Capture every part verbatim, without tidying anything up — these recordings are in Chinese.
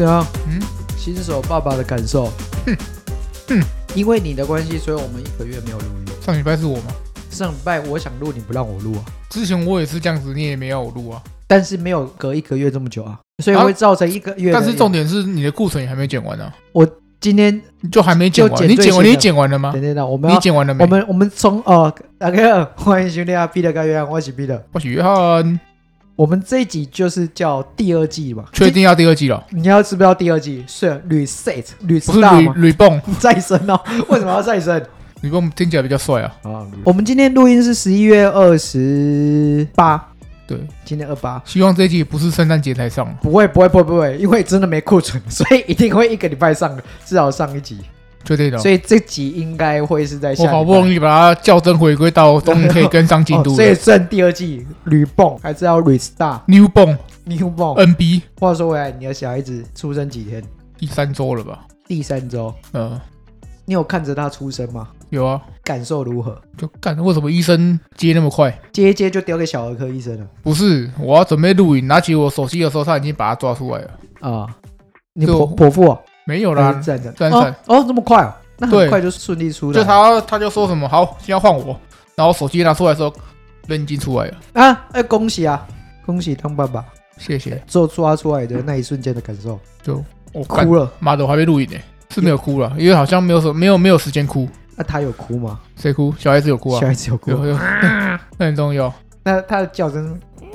对啊， 嗯， 新手爸爸的感受。 哼哼， 因为你的关系，所以我们一个月没有录音。 上礼拜是我吗？ 上礼拜我想录，你不让我录啊。 之前我也是这样子，你也没要我录啊。 但是没有隔一个月这么久啊，所以会造成一个月、 啊。但是重点是你的库存也还没剪完啊。 我今天就还没剪完，你剪完你剪完了吗？ 等等等，我们你剪完了没？ 我们我们从哦，大家欢迎兄弟啊，彼得跟约翰，我是彼得， 我是约翰。 我们这一集就是叫第二季嘛， 确定要第二季了？ 你要知不知道第二季是 reset reset 不是 reborn 再生哦？为什么要再生 ？reborn 听起来比较帅啊。 啊！我们今天录音是十一月二十八。 对， 今天二八， 希望这一集不是圣诞节才上。 不会，不会，不会，不会，因为真的没库存，所以一定会一个礼拜上，至少上一集。 确定的。 所以这集应该会是在下礼拜。 我好不容易把它校正回归到终于可以跟上进度了、 哦。所以剩第二季吕蹦还是要 restart new 蹦 new 蹦 N B。 话说回来，你的小孩子出生几天？ 第三周了吧？ 第三周。 呃， 你有看着他出生吗？ 有啊。 感受如何？ 就干，为什么医生接那么快？ 接一接就丢给小儿科医生了？ 不是，我要准备录影，拿起我手机的时候，他已经把他抓出来了。 啊，你剖剖腹、啊？ 没有啦， 站着站站哦，这么快哦，那很快就顺利出来。 就他他就说什么好，现在换我，然后手机拿出来的时候，人已经出来了啊！哎，恭喜啊，恭喜当爸爸， 谢谢。 做抓出来的那一瞬间的感受， 就我哭了。 妈的，我还没录影呢，是没有哭了，因为好像没有什么没有没有时间哭。 那、啊、他有哭吗？ 谁哭？小孩子有哭啊。 小孩子有哭， 有有，那很重要。 那他的叫声，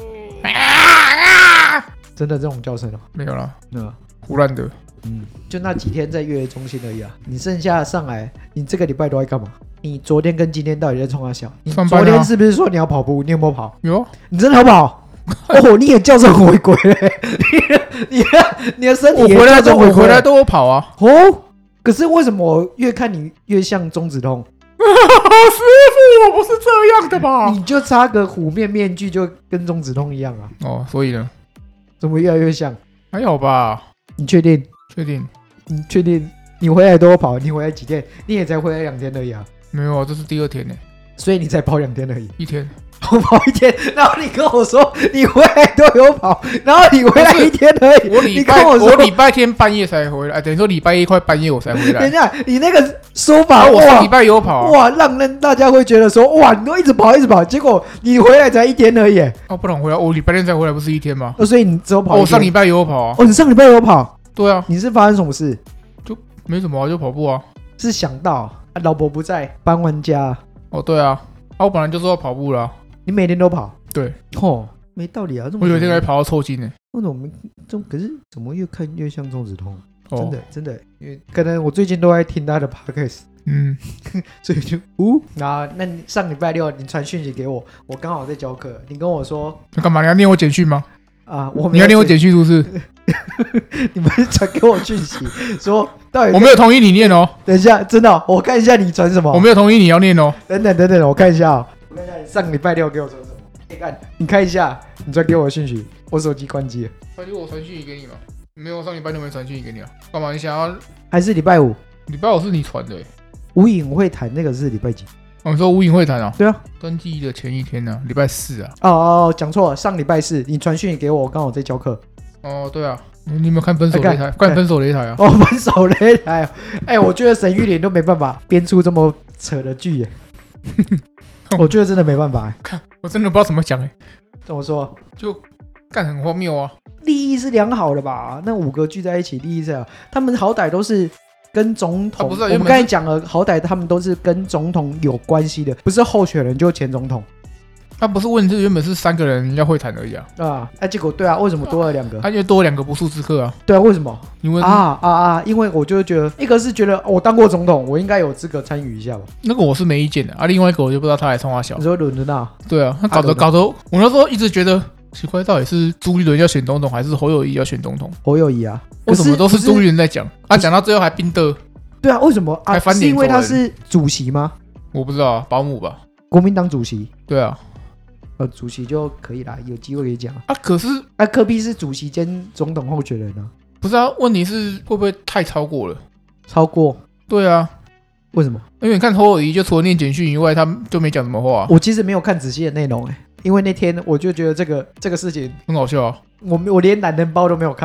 真的这种叫声哦？ 没有啦， 嗯， 胡乱的。 嗯，就那几天在月子中心而已啊。你剩下上来，你这个礼拜都在干嘛？你昨天跟今天到底在冲啥小？你昨天是不是说你要跑步？你有没有跑？ 有。 你真的有跑？哦，你也校正回归嘞！你你你的身体也校正回归， 我回来都有跑啊。 哦，可是为什么我越看你越像中指通？ 师傅，我不是这样的吧？ 你就插个虎面面具，就跟中指通一样啊。 哦，所以呢？ 怎么越来越像？ 还好吧？ 你确定？ 确定？ 你确定？你回来都有跑？你回来几天？你也才回来两天而已啊。 没有啊，这是第二天呢。 所以你才跑两天而已。 一天。 我跑一天，然后你跟我说你回来都有跑，然后你回来一天而已。 我礼拜我礼拜天半夜才回来，等于说礼拜一快半夜我才回来。 等一下，你那个说法， 啊、我上礼拜有跑、啊， 哇，让人大家会觉得说，哇，你都一直跑一直跑，结果你回来才一天而已。 哦，不然回来我礼拜天才回来，不是一天吗？ 哦，所以你只有跑一天。 哦，我上礼拜有跑、啊。 哦，你上礼拜有跑？ 对啊。 你是发生什么事？ 就没什么啊，就跑步啊。 是想到啊，老婆不在，搬完家。 哦，对啊，啊，我本来就说要跑步啦、啊。 你每天都跑？ 对。 哦，没道理啊！这么我有一天还跑到抽筋呢。 为什么这可是怎么越看越像中指通？ 哦、 真的真的，因为可能我最近都在听他的 podcast， 嗯， 所以就呜。然后那你上礼拜六你传讯息给我，我刚好在教课，你跟我说你干嘛？你要念我简讯吗？ 啊，我你要念我简讯是不是？ 你们传给我讯息说到底， 我没有同意你念哦。 等一下，真的、哦，我看一下你传什么。 我没有同意你要念哦。 等等等等，我看一下、哦，我看一下你上礼拜六给我传什么。你看，你看一下，你传给我的讯息，我手机关机了。 传给我传讯息给你吗？没有，上礼拜六没传讯息给你啊。干嘛？你想要？ 还是礼拜五？ 礼拜五是你传的、欸。 无影会谈那个是礼拜几？ 哦，你说无影会谈啊？ 对啊， 登记的前一天呢、啊，礼拜四啊。 哦哦，讲错了，上礼拜四你传讯息给我，我刚好在教课。 哦，对啊，你有没有看分手擂台？看分手擂台啊！ 哦，分手擂台、啊，哎、欸，我觉得沈玉琳都没办法编出这么扯的剧耶。我觉得真的没办法。 看，我真的不知道怎么讲哎。 怎么说？ 就干很荒谬啊！ 利益是良好的吧？那五个聚在一起，利益是良好，他们好歹都是跟总统。啊、不是、啊，我们刚才讲了，好歹他们都是跟总统有关系的，不是候选人就前总统。 他不是问题，原本是三个人要会谈而已啊。 啊，哎、啊，结果对啊，为什么多了两个？ 他、啊、因为多了两个不速之客啊。 对啊，为什么？ 因为啊啊啊！因为我就觉得，一个是觉得、哦、我当过总统，我应该有资格参与一下吧。 那个我是没意见的啊，另外一个我就不知道他来冲他小。 你说伦敦啊？ 对啊，他搞得、啊、搞得，我那时候一直觉得奇怪，到底是朱立伦要选总统，还是侯友宜要选总统？ 侯友宜啊， 为什么都是朱立伦在讲？啊，讲到最后还冰的。 对啊，为什么啊？ 还翻脸？ 是因为他是主席吗？ 我不知道啊，保姆吧。 国民党主席。 对啊。 呃，主席就可以啦，有机会可以讲啊。可是啊，柯 P 是主席兼总统候选人啊。 不是啊，问题是会不会太超过了？ 超过？ 对啊。 为什么？ 因为你看侯友宜就除了念简讯以外，他就没讲什么话、啊。 我其实没有看仔细的内容哎、欸，因为那天我就觉得这个这个事情很好笑啊。 我我连懒人包都没有看哎、欸。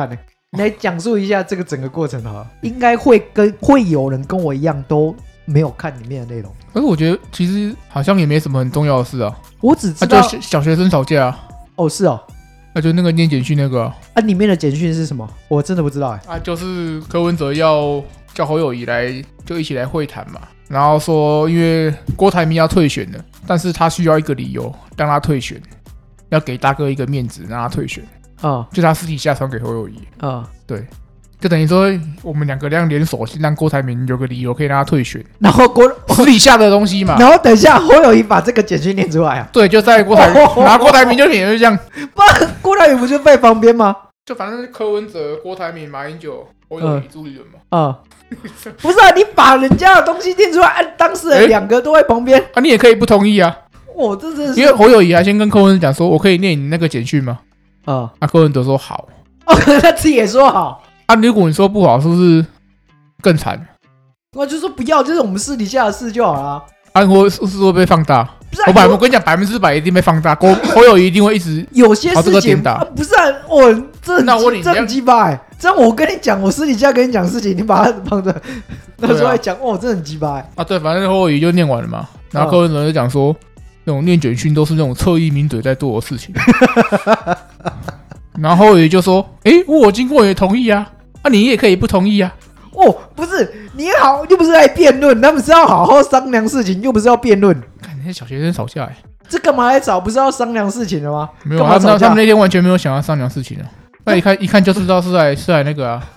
你来讲述一下这个整个过程好了。应该会跟会有人跟我一样都没有看里面的内容。 可是我觉得其实好像也没什么很重要的事啊。 我只知道、 啊、就小学生吵架啊。 哦，是哦。 那、啊、就那个念简讯那个啊。 啊，里面的简讯是什么？我真的不知道哎、 欸。啊，就是柯文哲要叫侯友宜来，就一起来会谈嘛。然后说，因为郭台铭要退选了，但是他需要一个理由让他退选，要给大哥一个面子让他退选。啊、哦，就他私底下传给侯友宜。啊、哦，对。就等于说，我们两个这样联手，让郭台铭有个理由可以让他退选。 然后郭私底下的东西嘛。 然后等一下，侯友宜把这个简讯念出来啊。 对，就在郭台铭，然后郭台铭就脸就这样。 不，郭台铭不就在旁边吗？ 就反正是柯文哲、郭台铭、马英九、侯友宜、朱立伦嘛。 啊、嗯，不是啊，你把人家的东西念出来，按当事人两个都在旁边、欸、 啊，你也可以不同意啊。 我这真是因为侯友宜还先跟柯文哲讲说，我可以念你那个简讯吗？啊、嗯，啊，柯文哲说好。 哦，他自己也说好。 啊，如果你说不好，是不是更惨？ 我就说不要，就是我们私底下的事就好了。 啊，我是不是会被放大？不是、啊，我百我跟你讲，百分之百一定被放大。侯侯友宜一定会一直有些事情、 啊、 不是啊，我这很那我这很鸡巴哎！这样我跟你讲，我私底下跟你讲事情，你把它放着，那时候来讲，哦，这很鸡巴啊！对，反正侯友宜就念完了嘛。然后柯文哲就讲说，那种念简讯都是那种侧翼名嘴在做的事情。然后侯友宜就说：“哎、欸，我经过也同意啊，啊，你也可以不同意啊。” 哦，不是，你好，又不是来辩论，他们是要好好商量事情，又不是要辩论。 看那些小学生吵架、欸， 这干嘛来吵？不是要商量事情的吗？ 没有，他们他们那天完全没有想要商量事情啊。那一看一看就知道是来是来那个啊。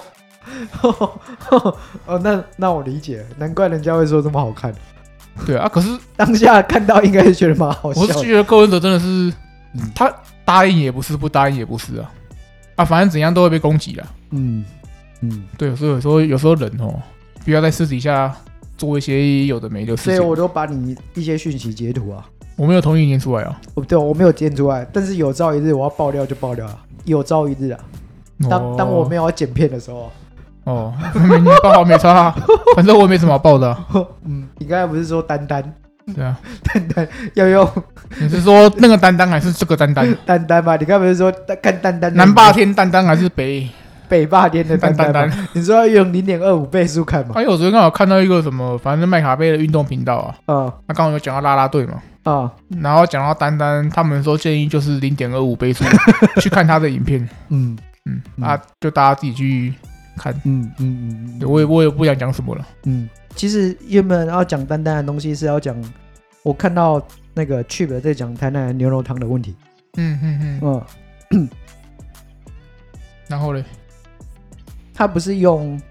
哦，那那我理解了，难怪人家会说这么好看。 对啊，可是当下看到应该是觉得蛮好笑的。 我是觉得柯文哲真的是，嗯、他答应也不是，不答应也不是啊。啊，反正怎样都会被攻击啦。嗯。嗯，对，所以有时候有时候人哦，不要在私底下做一些有的没的事情。 所以我都把你一些讯息截图啊， 我没有同意念出来啊。 哦，对，我没有念出来，但是有朝一日我要爆料就爆料啊，有朝一日啊。当、哦、当我没有要剪片的时候， 哦，你爆好没差、啊，反正我也没什么好爆的、啊。 嗯，你刚才不是说丹丹？ 对啊， 丹丹要用？ 你是说那个丹丹还是这个丹丹？ 丹丹吧，你刚才不是说看丹丹？ 南霸天丹丹还是北？ 北霸天的丹丹丹，你说要用 零点二五 倍速看吗？ 哎、啊，我昨天刚好看到一个什么，反正麦卡贝的运动频道啊，嗯，那刚好有讲到啦啦队嘛，啊、嗯，然后讲到丹丹，他们说建议就是 零点二五 倍速去看他的影片，嗯嗯，啊，就大家自己去看，嗯嗯嗯，我也我也不想讲什么了， 嗯，其实原本要讲丹丹的东西是要讲，我看到那个 Chip 在讲台南牛肉汤的问题，嗯嗯嗯，嗯， 然后嘞？ 他不是用，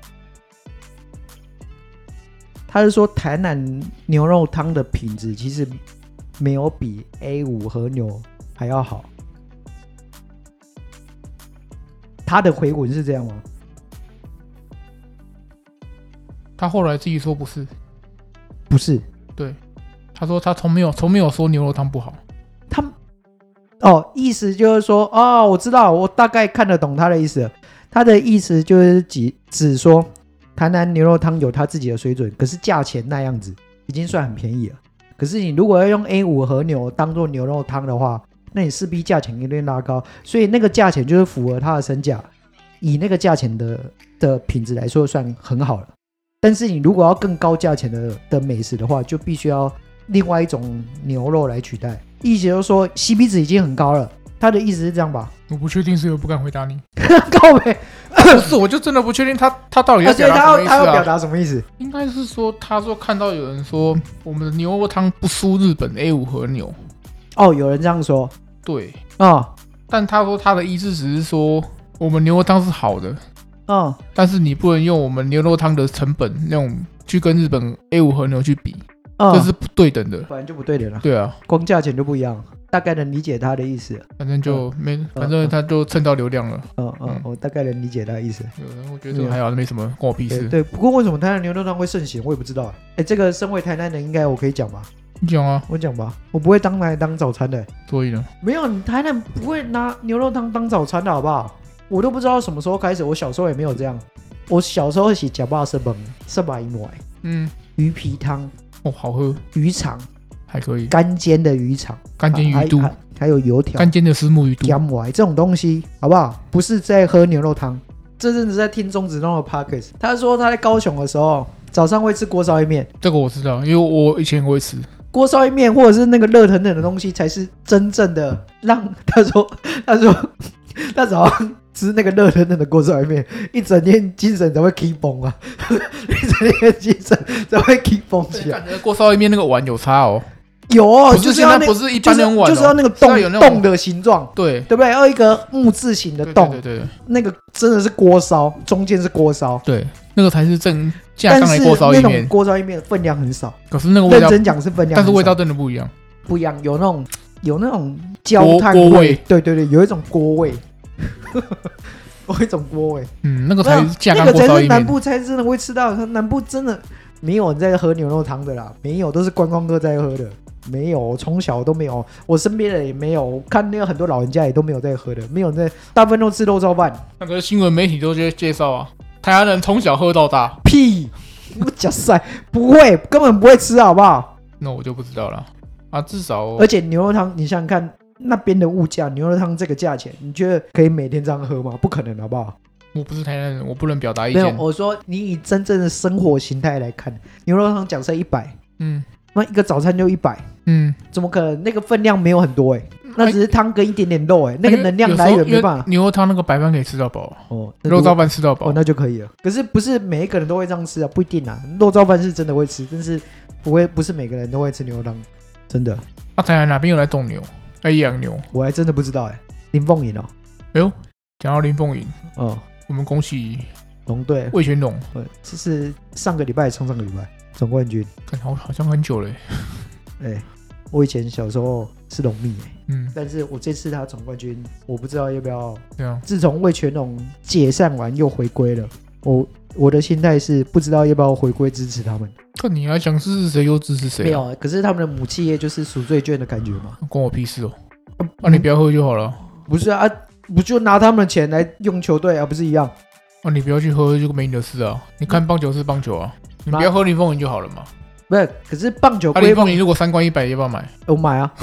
他是说台南牛肉汤的品质其实没有比 A 五 和牛还要好。他的回文是这样吗？ 他后来自己说不是， 不是， 对，他说他从没有从没有说牛肉汤不好。 他哦，意思就是说，哦，我知道，我大概看得懂他的意思了。他的意思就是指指说，台南牛肉汤有他自己的水准，可是价钱那样子已经算很便宜了。可是你如果要用 A 五 和牛当做牛肉汤的话，那你势必价钱一定拉高，所以那个价钱就是符合它的身价，以那个价钱的的品质来说算很好了。但是你如果要更高价钱的的美食的话，就必须要另外一种牛肉来取代。意思就是说 C P 值已经很高了。他的意思是这样吧？ 我不确定，所以我不敢回答你。 告白不是，我就真的不确定他他到底要表达什么意思、啊、 他要表达什么意思？ 应该是说，他说看到有人说我们的牛肉汤不输日本 A 五 和牛。 哦，有人这样说。 对啊、哦， 但他说他的意思只是说我们牛肉汤是好的，嗯、哦，但是你不能用我们牛肉汤的成本那种去跟日本 A 五 和牛去比。哦、这是不对等的， 本来就不对等了。 对啊， 光价钱就不一样，大概能理解他的意思。 反正就没，嗯、反正他就蹭到流量了。 嗯嗯，嗯我大概能理解他的意思。 我觉得这个还好，没什么，关我屁事。 对，不过为什么台南牛肉汤会盛行，我也不知道。哎，这个身为台南人，应该我可以讲吧？ 你讲啊， 我讲吧，我不会当来当早餐的。 所以呢？ 没有，你台南不会拿牛肉汤当早餐的好不好？我都不知道什么时候开始，我小时候也没有这样。我小时候是吃肉色饭，色白一碗，嗯，鱼皮汤。 哦，好喝， 鱼肠还可以， 干煎的鱼肠， 干煎鱼肚， 还, 还, 还有油条， 干煎的虱目鱼肚， 姜丸这种东西，好不好？不是在喝牛肉汤， 这阵子在听钟子通的 podcast， 他说他在高雄的时候早上会吃锅烧意面， 这个我知道，因为我以前会吃锅烧意面或者是那个热腾腾的东西才是真正的让他说他说他早上吃那个热腾腾的锅烧意面，一整天精神才会 keep 崩啊，一整天精神才会 keep 崩起来。 锅烧意面那个碗有差哦。 有哦， 不是就是要那不是一般那种碗、哦就是，就是要那个洞洞的形状， 对对不对？要一个木质型的洞， 对对 对, 对， 那个真的是锅烧，中间是锅烧， 对，那个才是正架上来锅烧意面。 但是那种锅烧意面分量很少， 可是那个味道认真讲是分量很少， 但是味道真的不一样， 不一样，有那种有那种焦炭锅味， 对对对，有一种锅味。有一种锅味， 嗯，那个才是架上锅烧意面，那个才面。 是南部才真的会吃到，南部真的没有人在喝牛肉汤的啦，没有，都是观光客在喝的。没有，从小都没有，我身边的也没有，我看那个很多老人家也都没有在喝的，没有在，大部分都吃肉燥饭。 那个新闻媒体都在介绍啊，台湾人从小喝到大。 屁，不假赛，不会，根本不会吃，好不好？ 那我就不知道了啊，至少、哦。 而且牛肉汤，你想想看，那边的物价，牛肉汤这个价钱，你觉得可以每天这样喝吗？不可能，好不好？ 我不是台南人，我不能表达意见。 没有，我说你以真正的生活形态来看，牛肉汤讲是一百，嗯。那一个早餐就一百，嗯，怎么可能？那个分量没有很多哎、欸，那只是汤跟一点点肉哎、欸，那个能量来源没办法。 牛肉汤那个白饭可以吃到饱哦，肉燥饭吃到饱哦，那就可以了。可是不是每一个人都会这样吃啊，不一定啊。肉燥饭是真的会吃，但是不会，不是每个人都会吃牛肉汤，真的。 啊，台南哪边有来种牛？来养牛？ 我还真的不知道哎、欸。林凤营哦， 哎呦，讲到林凤营， 哦， 我们恭喜龙队魏全龙， 这是上个礼拜，上上个礼拜。总冠军， 好好像很久了、欸。 哎、欸，我以前小时候是龙蜜、欸， 嗯， 但是我这次他总冠军，我不知道要不要。 对啊。 自从魏全龙解散完又回归了，我我的心态是不知道要不要回归支持他们。 看你来讲支持谁又支持谁、啊？ 没有，可是他们的母企业就是赎罪券的感觉嘛。 关我屁事哦！啊，啊你不要喝就好了。 不是啊，不就拿他们的钱来用球队啊，不是一样？ 啊，你不要去喝就没你的事啊！你看棒球是棒球啊。你不要喝林凤营就好了嘛。 不是，可是棒球归、啊、林凤营如果三关一百，要不要买？ 我买啊。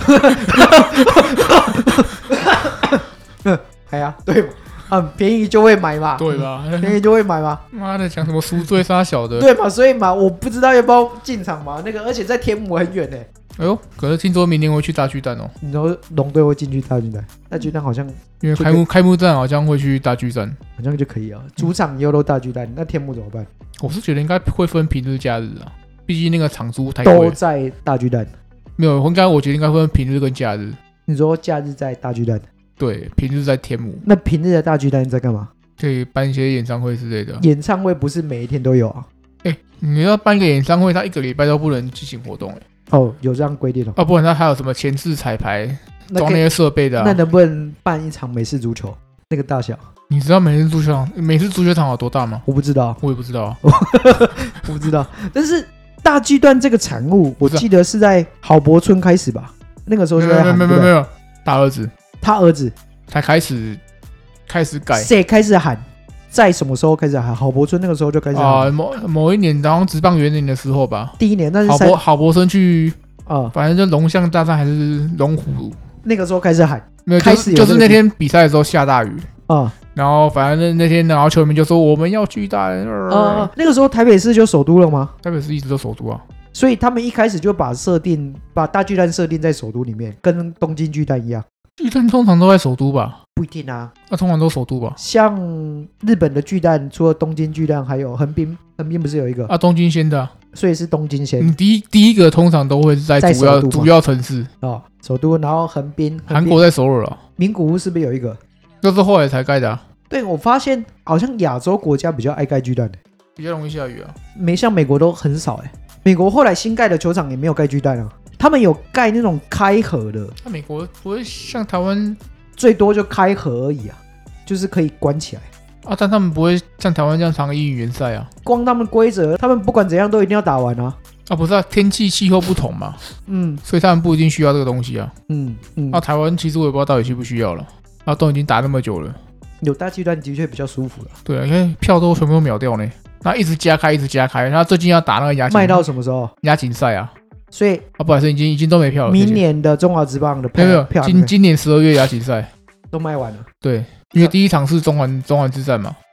哎呀，对嘛，啊，便宜就会买嘛， 对吧？ 便宜就会买嘛。 妈的，讲什么赎罪杀小的？ 对嘛，所以嘛，我不知道要不要进场嘛。那个，而且在天母很远呢、欸。 哎呦，可是听说明年会去大巨蛋哦。 你说龙队会进去大巨蛋？大巨蛋好像因为开幕开幕战好像会去大巨蛋， 好像就可以啊。主场以后都大巨蛋，那天幕怎么办？ 我是觉得应该会分平日假日啊，毕竟那个场租太贵。 都在大巨蛋？ 没有，应该我觉得应该分平日跟假日。 你说假日在大巨蛋？ 对，平日在天母。 那平日的大巨蛋在干嘛？ 可以办一些演唱会之类的。 演唱会不是每一天都有啊？ 哎、欸，你要办一个演唱会，他一个礼拜都不能进行活动哎、欸。 哦，有这样规定哦。 啊，不然他还有什么前置彩排、装那些设备的、啊？ 那能不能办一场美式足球？那个大小？ 你知道美式足球场、美式足球场有多大吗？ 我不知道， 我也不知道、啊， 我不知道。但是大巨蛋这个产物，我记得是在郝柏村开始吧？那个时候就在喊， 没有没有没有，大儿子， 他儿子才开始开始改， 谁开始喊？在什么时候开始喊？郝柏村那个时候就开始喊啊、呃，某某一年，好像职棒元年的时候吧。 第一年，但是郝柏郝柏村去啊、呃， 反正就龙象大战还是龙虎， 那个时候开始喊， 没有， 开始就是那天比赛的时候下大雨啊、呃， 然后反正那天，然后球迷就说我们要巨蛋， 呃，那个时候台北市就首都了吗？ 台北市一直都首都啊， 所以他们一开始就把设定把大巨蛋设定在首都里面，跟东京巨蛋一样。 巨蛋通常都在首都吧？ 不一定啊， 那、啊、通常都首都吧。 像日本的巨蛋，除了东京巨蛋，还有横滨，横滨不是有一个啊？东京先的、啊， 所以是东京先。 你第一第一个通常都会是在主要主要城市哦，首都，然后横滨， 韩国在首尔了。 名古屋是不是有一个？ 那是后来才盖的啊。 对，我发现好像亚洲国家比较爱盖巨蛋的， 比较容易下雨啊。 没像美国都很少哎、欸，美国后来新盖的球场也没有盖巨蛋啊，他们有盖那种开合的。 那美国不会像台湾？ 最多就开合而已啊，就是可以关起来啊，但他们不会像台湾这样常一元赛啊。 光他们规则，他们不管怎样都一定要打完啊。 啊，不是啊，天气气候不同嘛，嗯，所以他们不一定需要这个东西啊。嗯嗯。啊，台湾其实我也不知道到底需不需要了，啊，都已经打那么久了， 有大巨蛋的确比较舒服了。 对啊，因为票都全部都秒掉呢，那一直加开，一直加开，他最近要打那个亚锦， 卖到什么时候？ 亚锦赛啊。 所以啊，不好意思，已经已经都没票了。 明年的中华职棒的票没有票今今年十二月亚锦赛都卖完了。 对，因为第一场是中环中环之战嘛。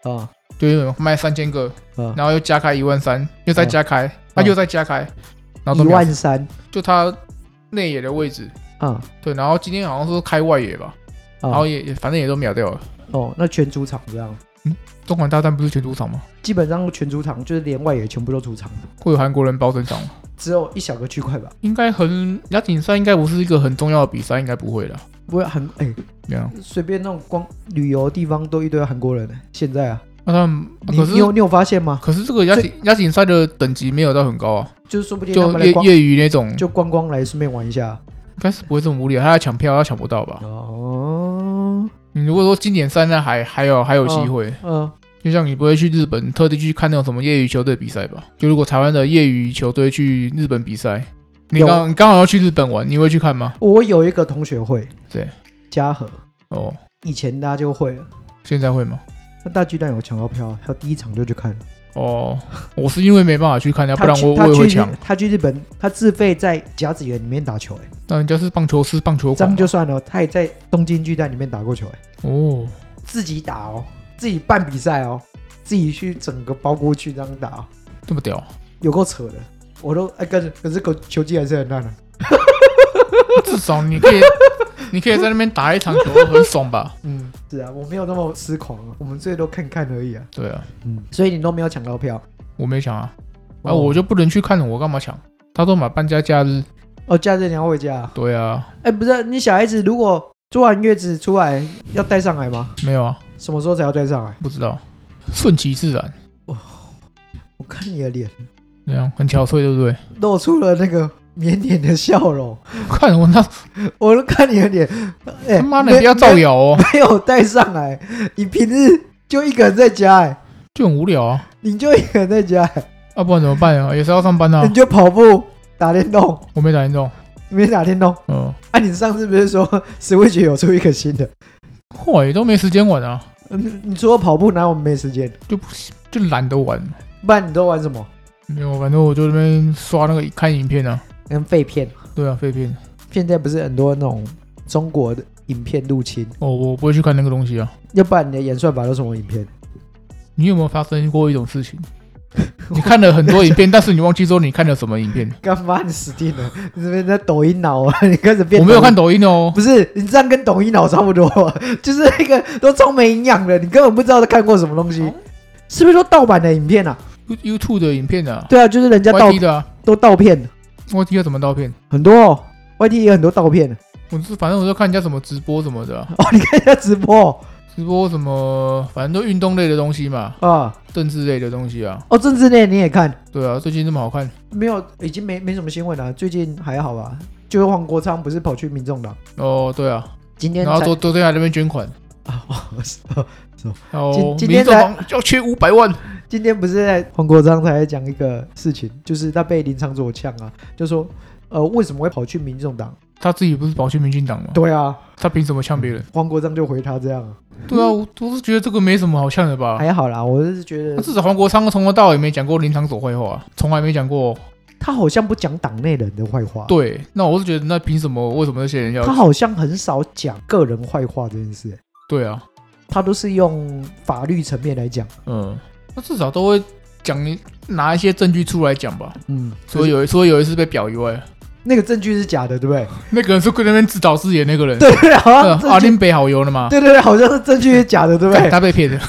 啊， 就卖三千个， 啊然后又加开一万三，又再加开，他、啊、又再加开，然后都一万三， 就他内野的位置， 啊， 对，然后今天好像是开外野吧， 啊然后也反正也都秒掉了。 哦，那全主场这样， 嗯，东莞大战不是全主场吗？ 基本上全主场就是连外野全部都主场， 会有韩国人包整场吗？ 只有一小个区块吧。 应该很亚锦赛应该不是一个很重要的比赛，应该不会啦。 不会很哎， 这样随便那种光旅游的地方都一堆韩国人呢。现在啊， 那、啊、他们、啊、 你可是你有你有发现吗？ 可是这个亚锦亚锦赛的等级没有到很高啊， 就是说不定他就们来光业业余那种， 就观光来顺便玩一下。 应该是不会这么无聊，他要抢票，他抢不到吧？ 哦， 你如果说经典赛那还还有还有机会， 嗯、呃， 就像你不会去日本特地去看那种什么业余球队比赛吧？就如果台湾的业余球队去日本比赛，你刚你刚好要去日本玩，你会去看吗？ 我有一个同学会， 对， 嘉禾哦， 以前大家就会了， 现在会吗？ 那大巨蛋有抢到票，他第一场就去看了。 哦，我是因为没办法去看，要不然我他我也会抢。 他去日本，他自费在甲子园里面打球、欸， 那人家是棒球师、棒球这馆样就算了，他也在东京巨蛋里面打过球、欸， 哦， 自己打哦，自己办比赛哦，自己去整个包过去这样打、哦， 这么屌， 有够扯的。我都哎，可是可是球技还是很烂的、啊。 至少你可以，你可以在那边打一场球，很爽吧？ 嗯，是啊，我没有那么痴狂啊，我们最多看看而已啊。 对啊， 嗯，所以你都没有抢到票？ 我没抢啊，啊， 哦、 我就不能去看了，我干嘛抢？他都买半价假日。 哦，假日你要回家、啊？ 对啊。 哎，不是，你小孩子如果坐完月子出来要带上来吗？ 没有啊。 什么时候才要带上来？ 不知道，顺其自然。 哦，我看你的脸， 这样很憔悴，对不对？ 露出了那个腼腆的笑容。 看我那， 我都看你的脸，哎、 他妈的，你不要造谣哦！ 没有带上来，你平日就一个人在家、欸，哎， 就很无聊啊。 你就一个人在家、欸， 要、啊、不然怎么办啊？也是要上班啊。 你就跑步、打电动。 我没打电动， 你没打电动？ 嗯。 啊，你上次不是说 Switch 有出一个新的？ 嚯，也都没时间玩啊。 嗯，你除了跑步，哪有我们没时间？ 就就懒得玩。 不然你都玩什么？ 没有，反正我就那边刷那个看影片啊。 跟废片。 对啊，废片。 现在不是很多那种中国的影片入侵？ 哦，我不会去看那个东西啊。 要不然你的演算法都什么影片？ 你有没有发生过一种事情？你看了很多影片，但是你忘记说你看了什么影片？ 干嘛？你死定了！你这边在抖音脑啊！你开始变…… 我没有看抖音哦。 不是，你这样跟抖音脑差不多，就是那个都超没营养的，你根本不知道他看过什么东西，哦、是不是都盗版的影片啊 ？YouTube 的影片啊？ 对啊，就是人家盗 Y T 的、啊， 都盗片。 Y T 要怎么盗片？ 很多哦 ，Y T 也有很多盗片。 我是反正我就看人家什么直播什么的、啊。 哦，你看人家直播。 直播什么，反正都运动类的东西嘛， 啊， 政治类的东西啊。 哦，政治类你也看？ 对啊，最近这么好看？ 没有，已经没没什么新闻了。最近还好吧？就是黄国昌不是跑去民众党？ 哦，对啊， 今天然后昨昨天还在那边捐款啊，哦，是哦，是哦。 哦， 今天才要缺五百万。 今天不是在黄国昌才讲一个事情，就是他被林昶佐呛啊，就说呃为什么会跑去民众党？ 他自己不是跑去民进党吗？ 对啊， 他凭什么呛别人？ 黄国昌就回他这样。 对啊，我都是觉得这个没什么好呛的吧。 还好啦，我是觉得至少黄国昌从头到尾没讲过林昶佐坏话，从来没讲过。 他好像不讲党内人的坏话。 对，那我是觉得那凭什么？为什么那些人要？ 他好像很少讲个人坏话这件事。 对啊， 他都是用法律层面来讲。 嗯，他至少都会讲拿一些证据出来讲吧。 嗯， 所以有所以有一次被表以外。 那个证据是假的，对不对？ 那个人是在那边自导自演那个人， 对对，好像阿林北好油了吗？ 对对对，好像是证据是假的，对不对？ 他被骗的。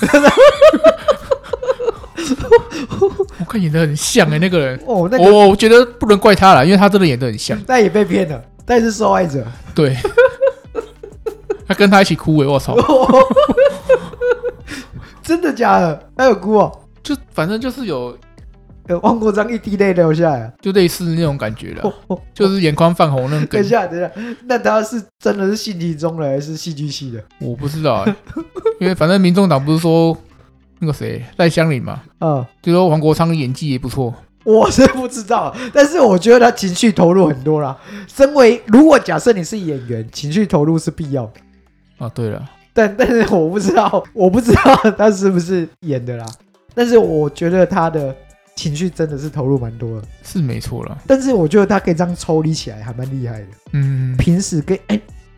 我看演的很像哎、欸，那个人哦，那个我我觉得不能怪他了，因为他真的演的很像。 他也被骗了，他也是受害者。 对，他跟他一起哭哎、欸，我操！ 真的假的？他有哭哦？ 就反正就是有。 呃，黄国昌一滴泪流下来， 就类似那种感觉了， 哦哦， 就是眼眶泛红那种梗。 等一下，等一下，那他是真的是戏剧中的还是戏剧系的？ 我不知道、欸，因为反正民众党不是说那个谁赖香伶嘛， 嗯， 就说黄国昌演技也不错。 我是不知道，但是我觉得他情绪投入很多啦。身为如果假设你是演员，情绪投入是必要的啊。对了， 但但是我不知道，我不知道他是不是演的啦。但是我觉得他的情绪真的是投入蛮多的， 是没错啦。 但是我觉得他可以这样抽离起来，还蛮厉害的。 嗯， 平时跟哎、欸，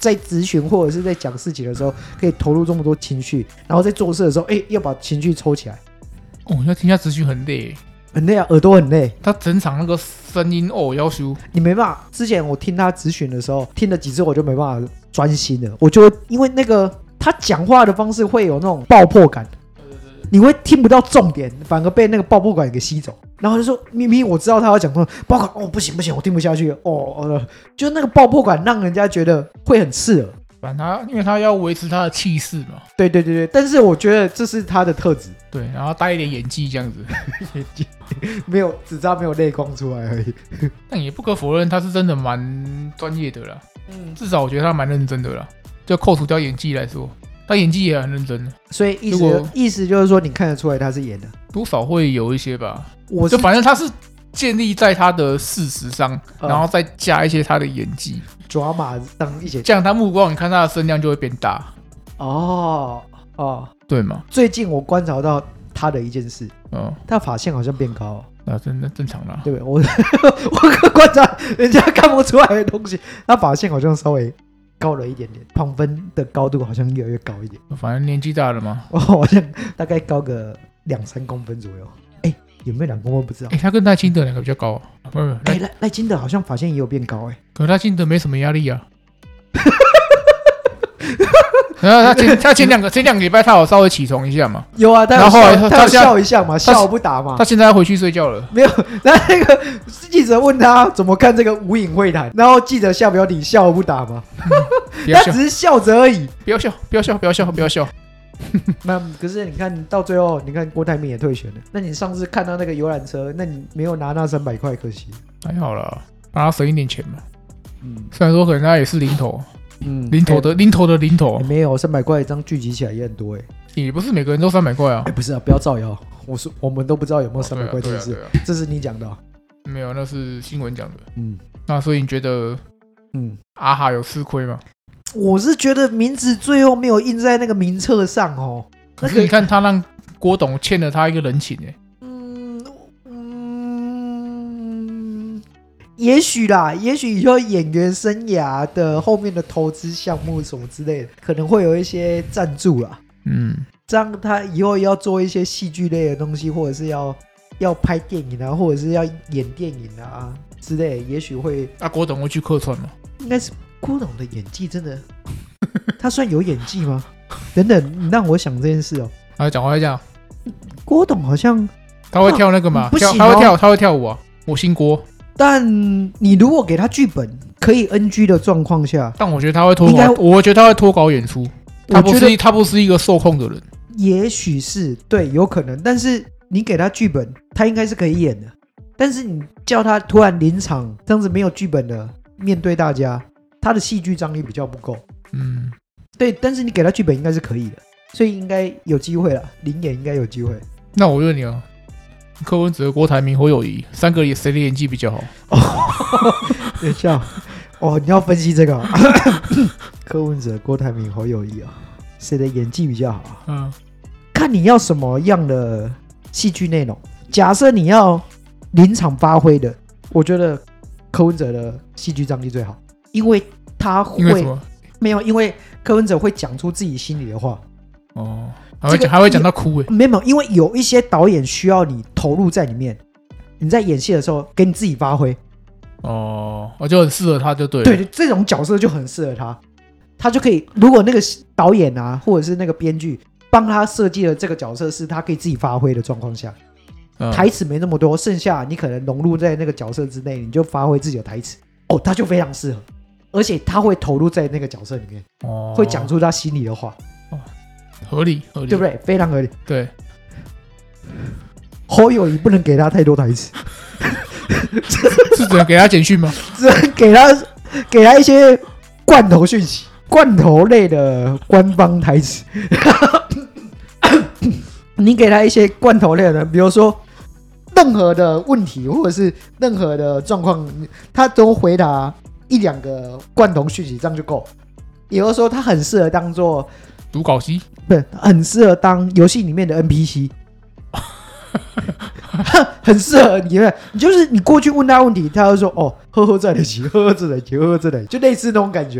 在咨询或者是在讲事情的时候，可以投入这么多情绪，然后在做事的时候，哎，要把情绪抽起来。 哦，要听一下咨询很累， 很累啊，耳朵很累。 他整场那个声音哦，要求你没办法。之前我听他咨询的时候，听了几次我就没办法专心了，我就因为那个他讲话的方式会有那种爆破感，你会听不到重点，反而被那个爆破感给吸走。然后就说明明我知道他要讲什么，爆破感哦不行不行，我听不下去哦，呃，就那个爆破感让人家觉得会很刺耳。 反正他因为他要维持他的气势嘛， 对对对对，但是我觉得这是他的特质。 对，然后带一点演技这样子， 演技没有，只差没有泪光出来而已。 但也不可否认他是真的蛮专业的啦， 嗯， 至少我觉得他蛮认真的啦，就扣除掉演技来说，他演技也很认真， 所以意如果思意思就是说你看得出来他是演的， 多少会有一些吧。 我就反正他是建立在他的事实上， 嗯然后再加一些他的演技， 抓马当一些这样他目光你看他的声量就会变大， 哦哦。 对吗？ 最近我观察到他的一件事， 嗯， 他发线好像变高、哦， 那真的正常啦。 对不对？我我观察人家看不出来的东西，他发线好像稍微高了一点点，旁分的高度好像越来越高一点， 反正年纪大了嘛， 我好像大概高个两三公分左右。哎，有没有两公分不知道？ 哎，他跟赖清德两个比较高，不是？ 哎，赖赖金德好像发线也有变高，哎， 可是赖清德没什么压力啊。然后他前他前两个前两个礼拜他有稍微起床一下嘛， 有啊，他有然后后来笑他有他现在笑一下嘛，笑不打嘛他。现在要回去睡觉了。 没有，然后那个记者问他怎么看这个无影会谈，然后记者下标题笑而不打嘛， 不要笑他只，是笑着而已。 不要笑，不要笑，不要笑，不要笑。 那可是你看到最后，你看郭台铭也退选了，那你上次看到那个游览车，那你没有拿那三百块，可惜。 还好啦，帮他省一点钱嘛。 嗯虽然说可能他也是零头， 嗯， 零头的零头的零头欸，没有三百块一张聚集起来也很多哎、欸。 也不是每个人都三百块啊哎、。不是啊，不要造谣，我说我们都不知道有没有三百块这件事， 对啊对啊对啊这是你讲的、哦。 没有，那是新闻讲的。 嗯那所以你觉得嗯， 阿哈有吃亏吗？ 我是觉得名字最后没有印在那个名册上哦。 可是你看他让郭董欠了他一个人情哎、欸。 嗯嗯，也许啦，也许以后演员生涯的后面的投资项目什么之类的，可能会有一些赞助啦。 嗯， 这样他以后要做一些戏剧类的东西，或者是要要拍电影啊，或者是要演电影啊之类的，也许会。 那、啊、郭董会去客串吗？ 应该是郭董的演技真的，他算有演技吗？等等，你让我想这件事哦。 啊，讲话这样， 郭董好像他会跳那个嘛？ 不行哦跳他会跳，他会跳舞啊！我姓郭， 但你如果给他剧本可以 N G 的状况下， 但我觉得他会脱应该稿，我觉得他会脱稿演出。他不我觉得是他不是一个受控的人。 也许是对，有可能。但是你给他剧本，他应该是可以演的。但是你叫他突然临场这样子没有剧本的面对大家，他的戏剧张力比较不够。 嗯， 对，但是你给他剧本应该是可以的，所以应该有机会了。临演应该有机会。 那我问你啊，柯文哲、郭台铭、侯友宜三个谁的演技比较好？ 等一下，哦，你要分析这个、哦，柯文哲、郭台铭、侯友宜啊、哦，谁的演技比较好？ 嗯， 看你要什么样的戏剧内容。假设你要临场发挥的，我觉得柯文哲的戏剧张力最好，因为他会因为什么？ 没有，因为柯文哲会讲出自己心里的话。 哦，还会这个讲还会讲到哭诶。 没有，因为有一些导演需要你投入在里面，你在演戏的时候给你自己发挥。 哦，我就很适合他，就对了。 对，这种角色就很适合他，他就可以，如果那个导演啊，或者是那个编剧帮他设计的这个角色是他可以自己发挥的状况下， 嗯、 台词没那么多，剩下你可能融入在那个角色之内，你就发挥自己的台词。哦，他就非常适合，而且他会投入在那个角色里面， 哦、 会讲出他心里的话， 合理合理， 对不对？非常合理。 对， 侯友宜不能给他太多台词， 是只能给他简讯吗？ 只能给他给他一些罐头讯息、罐头类的官方台词。你给他一些罐头类的，比如说任何的问题或者是任何的状况，他都回答一两个罐头讯息，这样就够。也就是说，他很适合当做读稿机， 不是很适合当游戏里面的 N P C。很适合你，你就是你过去问他问题，他就说哦，呵呵在一起，呵呵在一起，呵呵在一起，就类似那种感觉。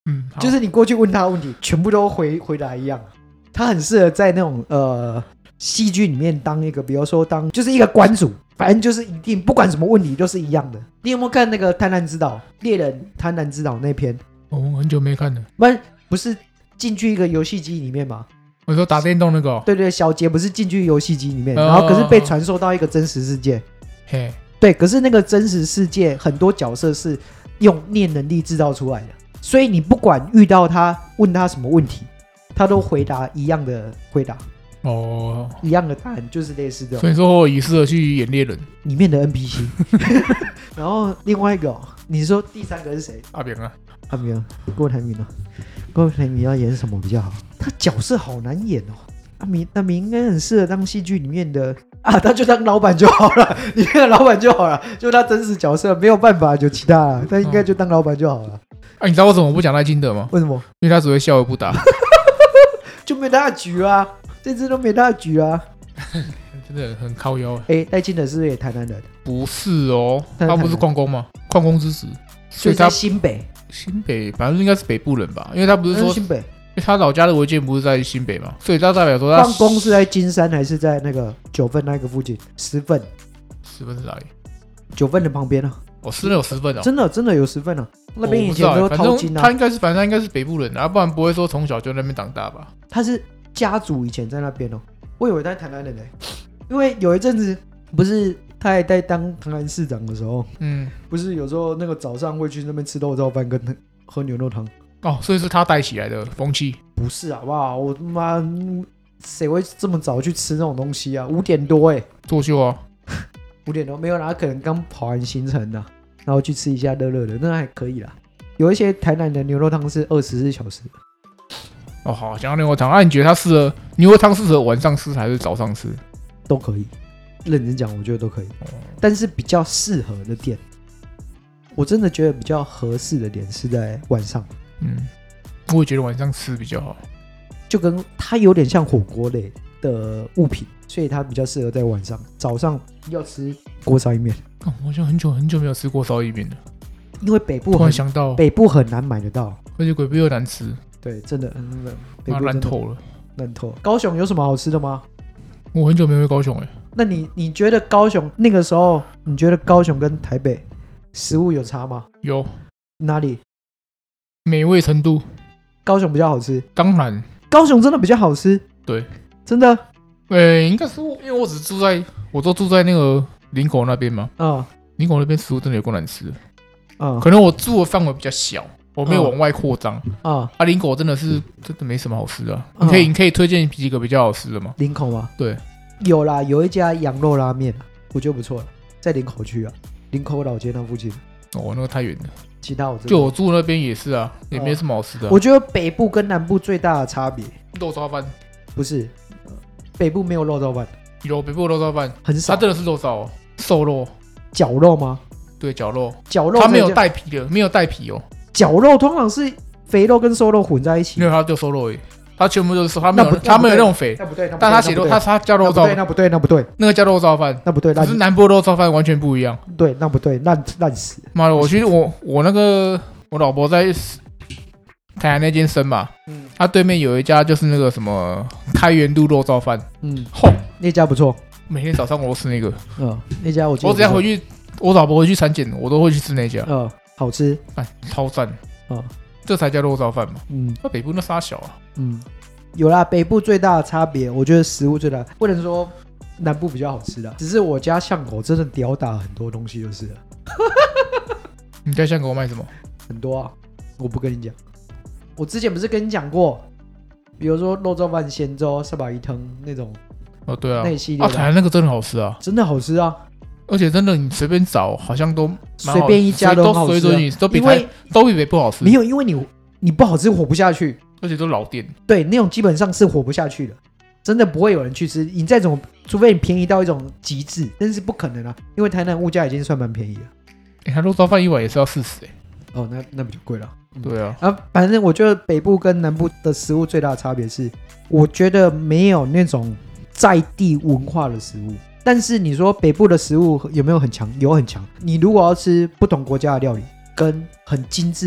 嗯， 就是你过去问他的问题，全部都回回答一样。他很适合在那种呃戏剧里面当一个，比如说当就是一个关主，反正就是一定不管什么问题都是一样的。你有没有看那个《贪婪之岛》猎人贪婪之岛那篇？ 我、哦、很久没看了。 不是不是进去一个游戏机里面吗？ 我说打电动那个、哦。 对对，小杰不是进去游戏机里面， 哦、 然后可是被传送到一个真实世界。 嘿， 对，可是那个真实世界很多角色是用念能力制造出来的，所以你不管遇到他问他什么问题，他都回答一样的回答。 哦， 一样的答案，就是类似的。 所以说我以适合去演猎人里面的 N P C 。然后另外一个、哦，你说第三个是谁？ 阿扁啊， 阿扁，郭台铭啊，郭台铭要演什么比较好？他角色好难演哦。阿明，阿明应该很适合当戏剧里面的啊，他就当老板就好了，里面的老板就好了，就他真实角色没有办法有其他了，他应该就当老板就好了。 啊，你知道为什么我不讲赖清德吗？ 为什么？ 因为他只会笑而不答， 就没他的局啊，这次都没他的局啊。 真的很靠腰。 哎，赖清德是不是也台南人？ 不是哦， 他他不是矿工吗？矿工之子， 所以在新北。 新北反正应该是北部人吧，因为他不是说新北， 因为他老家的违建不是在新北嘛，所以他代表说他矿工是在金山还是在那个九份那个附近？十份， 十份是哪里？ 九份的旁边啊。 哦，是那有十份哦， 真的真的有十份啊。那边以前都淘金啊。 他应该是反正他应该是北部人啊，不然不会说从小就在那边长大吧？ 他是家族以前在那边哦，我以为他是台南人嘞，因为有一阵子不是他还在当台南市长的时候，嗯，不是有时候那个早上会去那边吃肉燥饭跟喝牛肉汤哦，所以是他带起来的风气。 不是啊，好不好？我他妈谁会这么早去吃那种东西啊？五点多哎， 作秀啊， 五点多没有啦，他可能刚跑完行程的、啊，然后去吃一下热热的，那还可以啦。有一些台南的牛肉汤是二十四小时的。 哦，好，讲到牛肉汤，那、啊、你觉得它适合牛肉汤适合晚上吃还是早上吃？ 都可以，认真讲，我觉得都可以。哦、但是比较适合的店，我真的觉得比较合适的点是在晚上。 嗯，我也觉得晚上吃比较好， 就跟它有点像火锅类的物品，所以它比较适合在晚上。早上要吃锅烧意面、 哦，我好像很久很久没有吃过烧意面了， 因为北部突然想到北部很难买得到， 而且北部又难吃。 对，真的，嗯，北部烂透了， 烂透了。高雄有什么好吃的吗？ 我很久没回高雄哎、欸。 那你你觉得高雄那个时候，你觉得高雄跟台北食物有差吗？ 有， 哪里？ 美味程度， 高雄比较好吃。 当然， 高雄真的比较好吃。 对， 真的。 呃、欸，应该是因为我只住在，我都住在那个林口那边嘛。啊、嗯，林口那边食物真的有够难吃的。嗯，可能我住的范围比较小。我没有往外扩张、嗯、啊！啊，林口真的是真的没什么好吃的、啊嗯，你可以你可以推荐几个比较好吃的吗？ 林口吗？ 对， 有啦，有一家羊肉拉面，我觉得不错了，在林口区啊，林口老街那附近。 哦，那个太远了。 其他我就我住那边也是啊，也没什么好吃的、啊哦。我觉得北部跟南部最大的差别， 肉燥饭不是，北部没有肉燥饭， 有北部肉燥饭很少， 它真的是肉燥哦，瘦肉， 绞肉吗？ 对，绞肉， 绞肉， 它没有带皮的，没有带皮哦。 绞肉通常是肥肉跟瘦肉混在一起， 没有，它就瘦肉而已，它全部都是瘦，它没有，它没有那种肥， 那不对， 但它写肉，它它叫肉燥， 那不对，那不对， 那个叫肉燥饭， 那不对， 可是南部肉燥饭完全不一样， 对，那不对，烂烂死。 妈的，我去我我那个我老婆在台南那间生嘛，嗯，它对面有一家就是那个什么开元路肉燥饭，嗯，吼， 那家不错， 每天早上我都吃那个， 嗯，那家我我只要回去，我老婆回去产检，我都会去吃那家， 嗯。好吃， 哎，超赞啊！这才叫肉燥饭嘛。嗯，那北部那沙小啊。嗯， 有啦，北部最大的差别，我觉得食物最大，不能说南部比较好吃的，只是我家巷口真的屌打很多东西就是了。 你家巷口卖什么？ 很多啊，我不跟你讲。我之前不是跟你讲过，比如说肉燥饭、咸粥、三把鱼汤那种。 哦，对啊， 那一系列啊，台南那个真的好吃啊， 真的好吃啊。 而且真的，你随便找，好像都随便一家都好吃、啊， 都水都比台都比北部好吃。 没有，因为你你不好吃活不下去， 而且都老店。 对，那种基本上是活不下去的，真的不会有人去吃。你再怎么，除非你便宜到一种极致，但是不可能啊，因为台南物价已经算蛮便宜了。 哎、欸，它肉燥饭一碗也是要四十哎。 哦，那那比较贵了。 嗯、对啊。 啊，反正我觉得北部跟南部的食物最大的差别是，我觉得没有那种在地文化的食物。但是你说北部的食物有没有很强？有很强。你如果要吃不同国家的料理，跟很精致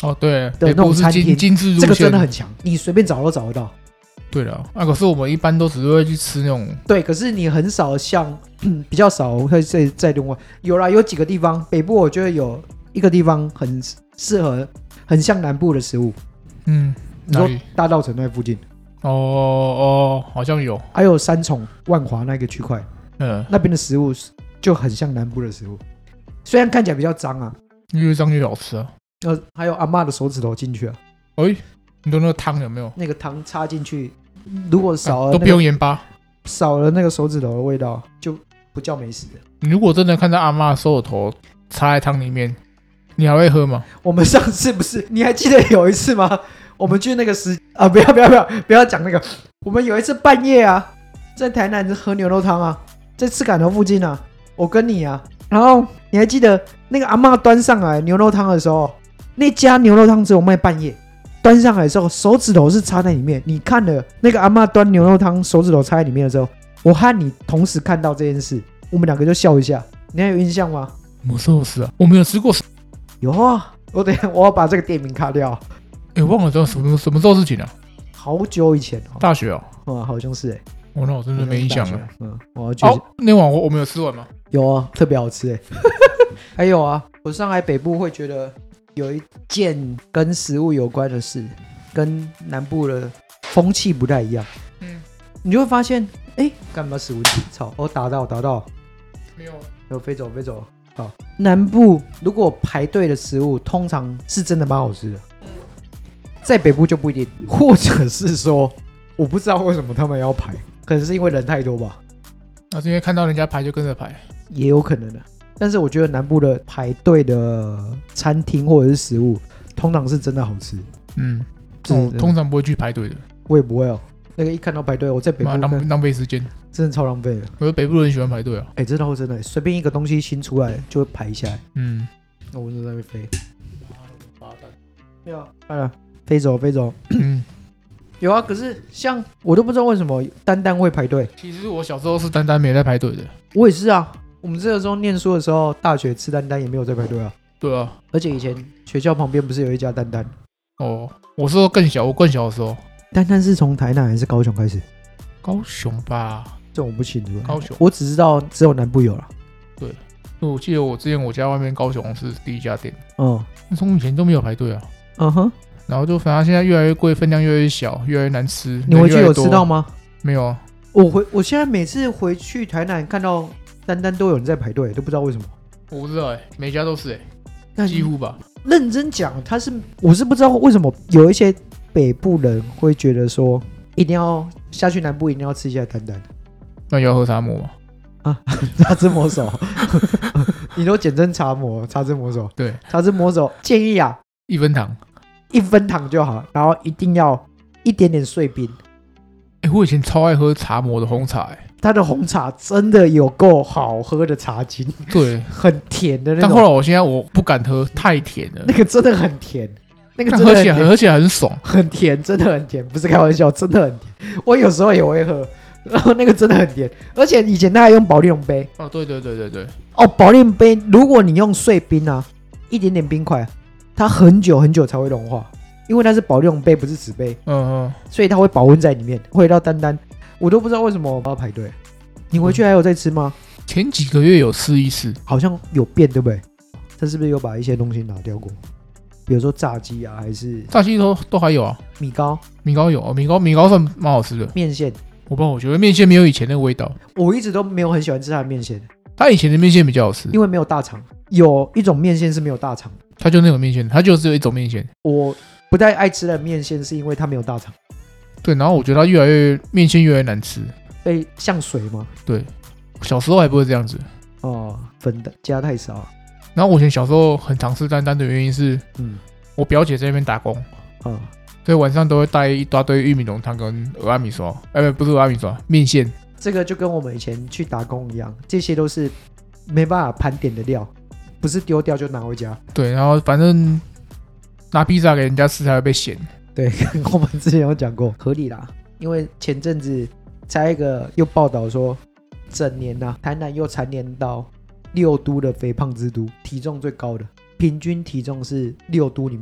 哦，对， 的那种餐厅， 精精致路线， 这个真的很强，你随便找都找得到。 对了，那、啊、可是我们一般都只会去吃那种， 对，可是你很少像，嗯、比较少会在在另外有啦，有几个地方，北部我觉得有一个地方很适合，很像南部的食物。 嗯， 你说大稻埕那附近？ 哦哦，好像有， 还有三重、万华那个区块， 嗯， 那边的食物就很像南部的食物，虽然看起来比较脏啊， 越脏越好吃啊。 呃，还有阿嬷的手指头进去啊， 哎，你说那个汤有没有？ 那个汤插进去。如果少了、那个啊、都不用盐巴， 少了那个手指头的味道，就不叫美食了。 你如果真的看到阿嬷手指头插在汤里面，你还会喝吗？ 我们上次不是，你还记得有一次吗？我们去那个时啊，不要不要不要不要讲那个。我们有一次半夜啊，在台南喝牛肉汤啊，在赤坎头附近啊，我跟你啊，然后你还记得那个阿嬷端上来牛肉汤的时候，那家牛肉汤只有卖半夜。端上来的时候，手指头是插在里面。你看了那个阿嬷端牛肉汤，手指头插在里面的时候，我和你同时看到这件事，我们两个就笑一下。你还有印象吗？ 魔寿司啊，我没有吃过。 有啊，我等一下我要把这个店名卡掉。 哎、欸，忘了这什么什么时候事情啊？ 好久以前哦， 大学哦， 嗯，好像是哎、欸。 我、哦、那我真的没印象了。 嗯，我要去。 哦，那碗我我没有吃完吗？ 有啊，特别好吃哎、欸。还有啊，我上海北部会觉得。有一件跟食物有关的事，跟南部的风气不太一样。嗯，你就会发现，哎，干嘛食物操？我、哦、打到打到， 没有， 有飞走飞走。好，南部如果排队的食物，通常是真的蛮好吃的。在北部就不一定，或者是说，我不知道为什么他们要排，可能是因为人太多吧。 那、啊、是因为看到人家排就跟着排， 也有可能的。但是我觉得南部的排队的餐厅或者是食物，通常是真的好吃。 嗯，我通常不会去排队的。 我也不会哦。那个一看到排队，我在北部浪浪费时间， 真的超浪费的。 我觉得北部人喜欢排队啊。 哎、欸，真的真的，随便一个东西新出来就会排一下来。嗯，那我就在那边飞。没有，当然飞走飞走。嗯，有啊。可是像我都不知道为什么丹丹会排队。 其实我小时候是丹丹没在排队的。 我也是啊。我们这个时候念书的时候，大学吃丹丹也没有在排队啊。 对啊， 而且以前学校旁边不是有一家丹丹？ 哦，我是说更小，我更小的时候。 丹丹是从台南还是高雄开始？ 高雄吧， 这我不清楚。 高雄， 我只知道只有南部有了。 对，因为我记得我之前我家外面高雄是第一家店。 嗯， 从以前都没有排队啊。 嗯哼。 然后就反正现在越来越贵，分量越来越小，越来越难吃。 你回去有吃到吗？ 没有啊。 我回，我现在每次回去台南看到丹丹都有人在排队，都不知道为什么。 我不知道哎、欸，每家都是哎、欸，几乎吧。 认真讲，他是我是不知道为什么有一些北部人会觉得说一定要下去南部一定要吃一下丹丹。 那你要喝茶魔吗？ 啊，茶之魔手，你都简称茶魔，茶之魔手。 对， 茶之魔手建议啊， 一分糖， 一分糖就好，然后一定要一点点碎冰。 哎、欸，我以前超爱喝茶魔的红茶、欸，哎， 它的红茶真的有够好喝的茶精， 对， 很甜的那种。 但后来我现在我不敢喝，太甜了。 那个真的很甜，那个真的喝起来喝起来很爽， 很甜，真的很甜，不是开玩笑，真的很甜。我有时候也会喝，然后那个真的很甜，而且以前他还用保利龙杯。 哦，对对对对对。 哦，保利龙杯，如果你用碎冰啊，一点点冰块，它很久很久才会融化。因为它是保利龙杯，不是纸杯，嗯嗯，所以它会保温在里面。回到丹丹，我都不知道为什么我要排队。你回去还有在吃吗？ 前几个月有试一试， 好像有变，对不对？它是不是有把一些东西拿掉过？比如说炸鸡啊，还是炸鸡都都还有啊？ 米糕， 米糕有，米糕米糕算蛮好吃的。 面线， 我不知道，我觉得面线没有以前那个味道。 我一直都没有很喜欢吃它的面线， 它以前的面线比较好吃， 因为没有大肠。有一种面线是没有大肠， 它就那种面线，它就只有一种面线。 我不太爱吃的面线是因为它没有大肠。 对，然后我觉得它越来越面线越来越难吃， 被像水吗？ 对，小时候还不会这样子哦，粉的加太少。 然后我以前小时候很常吃丹丹的原因是，嗯，我表姐在那边打工，啊，所以晚上都会带一大堆玉米浓汤跟蚵仔米刷，哎，不是蚵仔米刷，面线。 这个就跟我们以前去打工一样，这些都是没办法盘点的料，不是丢掉就拿回家。 对，然后反正拿披萨给人家吃才会被嫌。 对，我们之前有讲过，合理啦。因为前阵子才一个又报道说，整年啊，台南又蝉联到六都的肥胖之都，体重最高的，平均体重是六都里面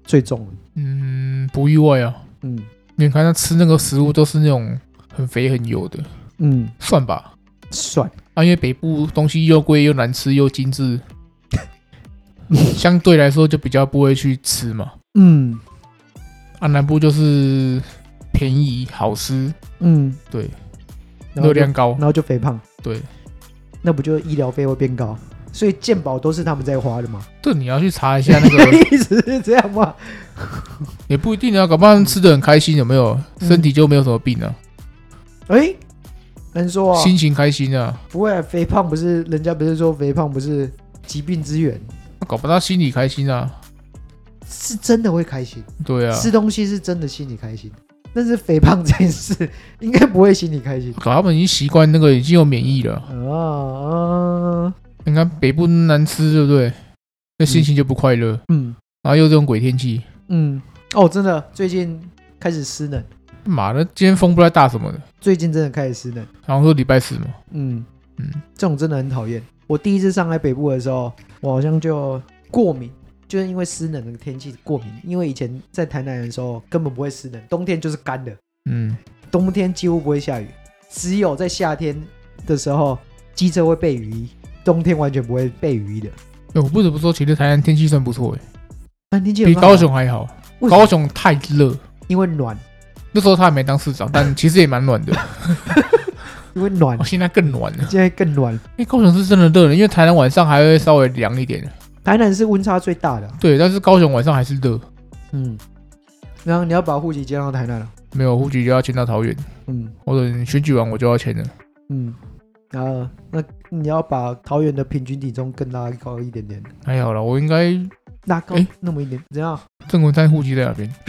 最重的。 嗯，不意外啊。 嗯， 你看他吃那个食物都是那种很肥很油的。 嗯， 算吧， 算啊，因为北部东西又贵又难吃又精致，相对来说就比较不会去吃嘛。 嗯， 啊，南部就是便宜好吃， 嗯， 对， 然后就热量高然，后就肥胖， 对， 那不就医疗费会变高？所以健保都是他们在花的吗？ 这你要去查一下那个， 意思是这样吗？ 也不一定啊，搞不好吃的很开心，有没有？身体就没有什么病啊， 哎、欸，能说啊？ 心情开心啊， 不会、啊，肥胖不是人家不是说肥胖不是疾病之源， 那搞不到心里开心啊， 是真的会开心。 对啊， 吃东西是真的心里开心，但是肥胖这件事应该不会心里开心。 搞他们已经习惯那个已经有免疫了啊。 你看北部难吃，对不对？那心情就不快乐， 嗯， 然后又这种鬼天气， 嗯，哦，真的最近开始湿冷， 妈的，今天风不知道大什么的， 最近真的开始湿冷。 然后说礼拜四嘛， 嗯嗯， 这种真的很讨厌。我第一次上来北部的时候，我好像就过敏，就是因为湿冷的天气过敏。因为以前在台南的时候根本不会湿冷，冬天就是干的， 嗯， 冬天几乎不会下雨，只有在夏天的时候机车会备雨衣，冬天完全不会备雨衣的。 欸、我不得不说，其实台南天气算不错哎， 但天气比高雄还好。高雄太热， 因为暖。 那时候他还没当市长，但其实也蛮暖的。 因为暖、 哦，现在更暖了。 现在更暖。 因为高雄是真的热了，因为台南晚上还会稍微凉一点。 台南是温差最大的、啊， 对，但是高雄晚上还是热。 嗯，然后你要把户籍迁到台南了？ 没有，户籍就要迁到桃园。 嗯， 我等选举完我就要迁了。 嗯，然后那你要把桃园的平均体重更拉高一点点。 还好啦，我应该拉高、欸、那么一点，怎样？ 郑文灿户籍在哪边？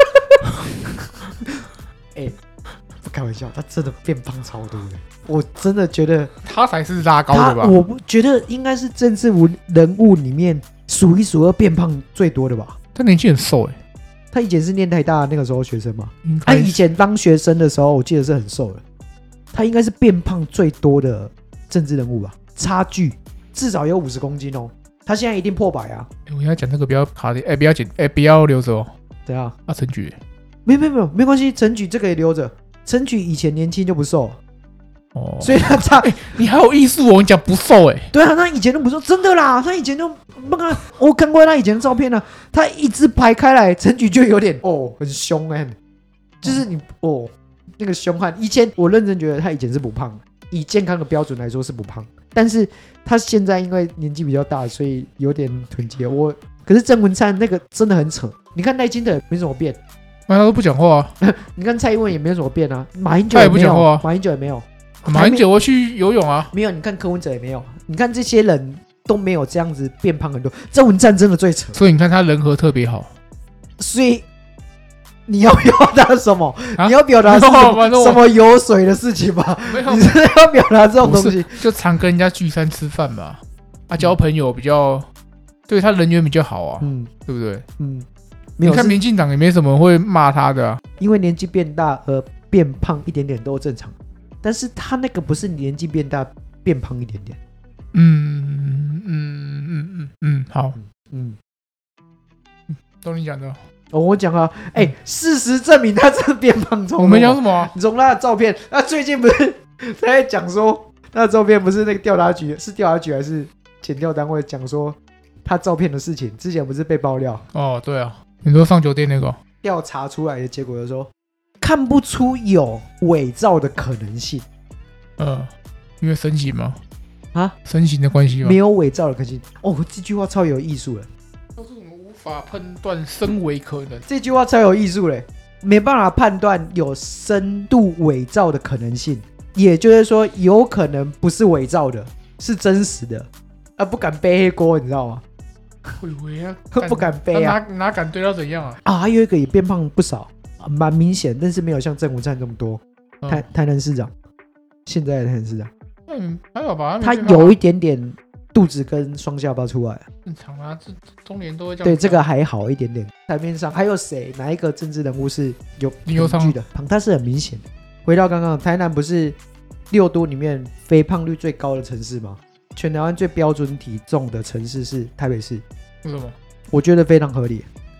哎、欸，不开玩笑，他真的变胖超多的。我真的觉得他才是拉高的吧？ 我不觉得应该是政治人物里面数一数二变胖最多的吧？ 他年纪很瘦哎、欸。 他以前是念台大那个时候学生嘛？他、啊、以前当学生的时候，我记得是很瘦的。他应该是变胖最多的政治人物吧？差距至少有五十公斤哦。他现在一定破百啊！ 欸、我现在讲这个不要卡的，哎、欸，不要剪，哎、欸，不要留着哦。 怎样？ 啊，陈菊， 没有没有没有，没关系，陈菊这个也留着。陈菊以前年轻就不瘦， 哦， 所以他差。 欸、你还有艺术哦，你讲不瘦哎、欸？ 对啊，他以前都不瘦，真的啦，他以前都那个，我看过他以前的照片呢、啊，他一字排开来，陈菊就有点哦，很凶哎、欸，就是你哦那个凶悍。以前我认真觉得他以前是不胖，以健康的标准来说是不胖，但是他现在因为年纪比较大，所以有点囤积。我可是郑文灿那个真的很扯，你看赖清德没什么变。 那他都不讲话啊！ 你看蔡英文也没有什么变啊，马英九也不讲话、啊， 马英九也没有， 马英九会去游泳啊？ 没有，你看柯文哲也没有，你看这些人都没有这样子变胖很多，郑文灿真的最扯。 所以你看他人和特别好， 所以你要表达什么？ 啊、 你要表达什么？什么有水的事情吗？ 没有， 你是要表达这种东西？ 就常跟人家聚餐吃饭嘛，啊，交朋友比较，对他人缘比较好啊，嗯，对不对？嗯。没有，你看民进党也没什么会骂他的啊， 因为年纪变大而变胖一点点都正常，但是他那个不是年纪变大变胖一点点。 嗯嗯嗯嗯嗯，好，嗯，都你讲的。 哦，我讲啊，哎、欸，事实证明他真的变胖超多。 我没讲什么、啊， 你从他的照片，他最近不是他在讲说，他的照片不是那个调查局，是调查局还是检调单位讲说他照片的事情，之前不是被爆料？ 哦，对啊。你说上酒店那个调查出来的结果，就说看不出有伪造的可能性。 呃，因为身形吗？ 啊， 身形的关系吗？ 没有伪造的可能性。哦，这句话超有艺术了。 都是我们无法判断身为可能。 这句话超有艺术嘞，没办法判断有深度伪造的可能性，也就是说，有可能不是伪造的，是真实的，啊，不敢背黑锅，你知道吗？ 我以为啊， 不敢背啊， 哪哪敢对他怎样啊？ 啊，还有一个也变胖不少，蛮明显，但是没有像郑文灿这么多。嗯、台台南市长，现在的台南市长， 嗯，还好吧， 他有一点点肚子跟双下巴出来， 正常啊，这中年都会这样。 对，这个还好一点点。台面上还有谁？哪一个政治人物是有恐惧的？胖，他是很明显的。回到刚刚，台南不是六都里面肥胖率最高的城市吗？全台湾最标准体重的城市是台北市。 为什么？ 我觉得非常合理。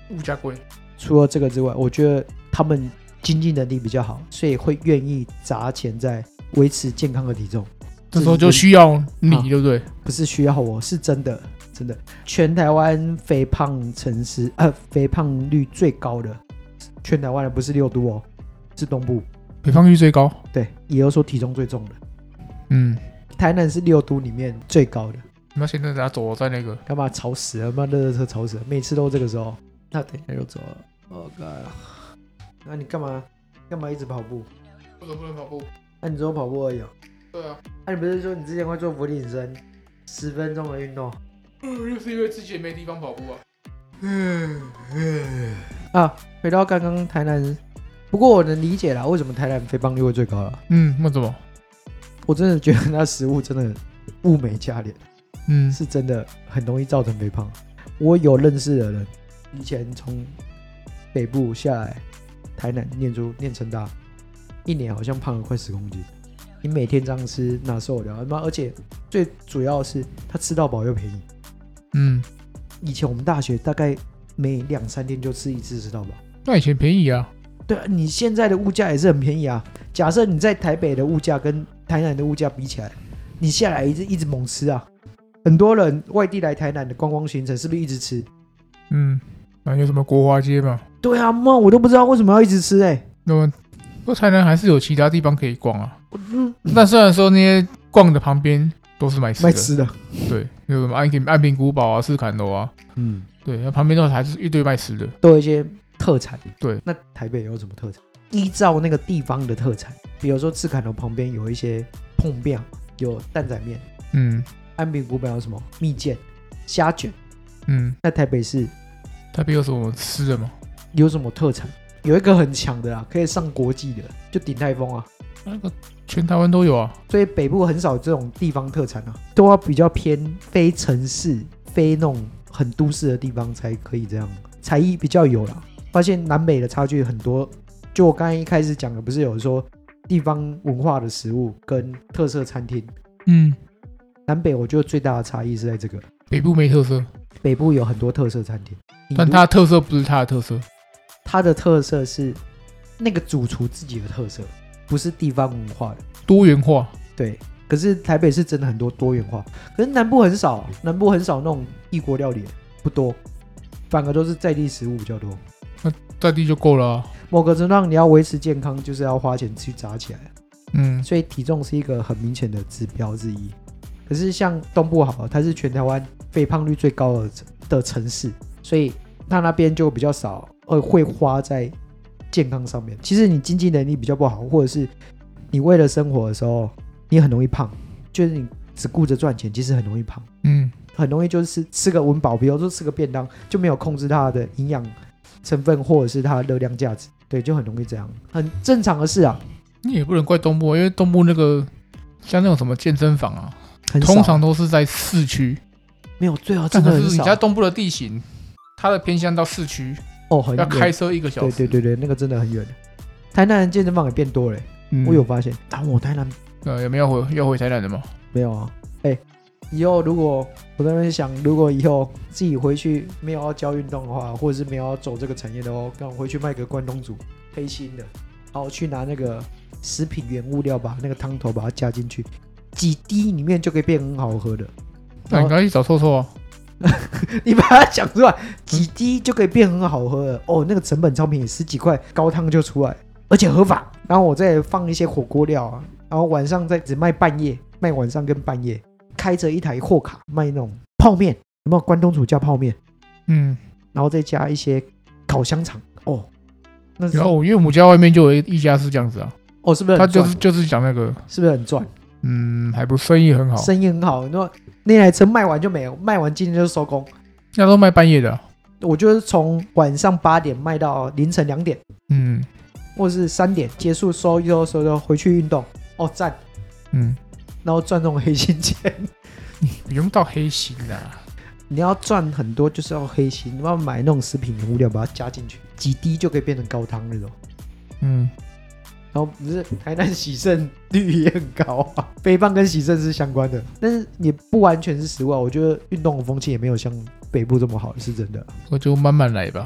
物价贵。 除了这个之外，我觉得他们经济能力比较好，所以会愿意砸钱在维持健康的体重。 这时候就需要你， 啊、 对不对？ 不是需要我，是真的，真的。全台湾肥胖城市，呃，肥胖率最高的，全台湾的不是六都哦，是东部。 肥胖率最高， 对，也有说体重最重的。 嗯， 台南是六都里面最高的。 那现在大家走在那个干嘛吵死了？妈热车吵死了！每次都这个时候，那等一下就走了。哦、God 那你干嘛？干嘛一直跑步？ 为什么不能跑步？ 那、啊、你只有跑步而已哦。对啊。 那、啊、你不是说你之前会做俯卧撑，十分钟的运动？ 嗯，就是因为之前没地方跑步啊。 嗯嗯。啊，回到刚刚台南，不过我能理解啦，为什么台南肥胖率会最高了？ 嗯，为什么？ 我真的觉得那食物真的物美价廉， 嗯， 是真的很容易造成肥胖。我有认识的人，以前从北部下来台南念书，念成大，一年好像胖了快十公斤。你每天这样吃哪受得了？而且最主要的是，他吃到饱又便宜。 嗯， 以前我们大学大概每两三天就吃一次吃到饱。 那以前便宜啊。 对啊，你现在的物价也是很便宜啊。假设你在台北的物价跟台南的物价比起来，你下来一直一直猛吃啊。很多人外地来台南的观光行程是不是一直吃？ 嗯，那有什么国华街嘛？ 对啊，妈，我都不知道为什么要一直吃哎、欸。 那么，不过台南还是有其他地方可以逛啊。嗯，但虽然说那些逛的旁边都是卖吃的， 卖吃的， 对，有什么安平安平古堡啊、四坎楼啊，嗯，对，那旁边都还是一堆卖吃的， 都有一些特产。 对， 那台北有什么特产？依照那个地方的特产，比如说赤坎楼旁边有一些碰面，有担仔面，嗯，安平古堡有什么蜜饯、虾卷，嗯，那台北市， 台北有什么吃的吗？ 有什么特产？有一个很强的啦，可以上国际的，就鼎泰丰啊， 那个全台湾都有啊， 所以北部很少这种地方特产啊，都要比较偏非城市、非那种很都市的地方才可以这样，才艺比较有啦。发现南北的差距很多。就我刚才一开始讲的，不是有说地方文化的食物跟特色餐厅，嗯，南北我觉得最大的差异是在这个， 北部没特色， 北部有很多特色餐厅， 但它的特色不是它的特色， 它的特色是那个主厨自己的特色，不是地方文化的多元化。对， 可是台北是真的很多多元化，可是南部很少，南部很少那种异国料理，不多，反而都是在地食物比较多。 那在地就够了啊。 某个程度上，你要维持健康，就是要花钱去砸起来。 嗯， 所以体重是一个很明显的指标之一。可是像东部好了，它是全台湾肥胖率最高 的, 的城市，所以它那边就比较少，呃，会花在健康上面。其实你经济能力比较不好，或者是你为了生活的时候，你很容易胖，就是你只顾着赚钱，其实很容易胖。嗯，很容易就是吃个温饱，比如说吃个便当，就没有控制它的营养成分或者是它的热量价值，对，就很容易这样，很正常的事啊。 你也不能怪东部，因为东部那个像那种什么健身房啊，通常都是在市区， 没有最好真的很少。 你在东部的地形，它的偏向到市区哦，很远， 要开车一个小时。 对对对对，那个真的很远。台南的健身房也变多了、欸嗯，我有发现。但我台南呃有没有回要回台南的吗？ 没有啊。哎、欸，以后如果我在那边想，如果以后自己回去没有要教运动的话，或者是没有要走这个产业的话，刚好回去卖个关东煮，黑心的，然后去拿那个食品原物料，把那个汤头把它加进去，几滴里面就可以变很好喝的。 那你赶快去找臭臭啊！ 你把它讲出来，几滴就可以变很好喝了。哦，那个成本超便宜，十几块高汤就出来，而且合法。然后我再放一些火锅料啊，然后晚上再只卖半夜，卖晚上跟半夜，开着一台货卡卖那种泡面，有没有关东煮加泡面？嗯，然后再加一些烤香肠。哦，那然后因为我们家外面就有一家是这样子啊。 哦，是不是很赚？他就是就是讲那个， 是不是很赚？ 嗯，还不生意很好， 生意很好。你说那台车卖完就没有，卖完今天就收工。 那都卖半夜的、啊， 我就是从晚上八点卖到凌晨两点，嗯，或者是三点结束收一收收收回去运动，哦赞，嗯，然后赚这种黑心钱， 你不用到黑心啊， 你要赚很多就是要黑心，你要买那种食品原物料把它加进去，几滴就可以变成高汤那种，嗯。然后不是台南洗肾率也很高啊，肥胖跟洗肾是相关的，但是也不完全是食物啊。我觉得运动的风气也没有像北部这么好，是真的。 我就慢慢来吧。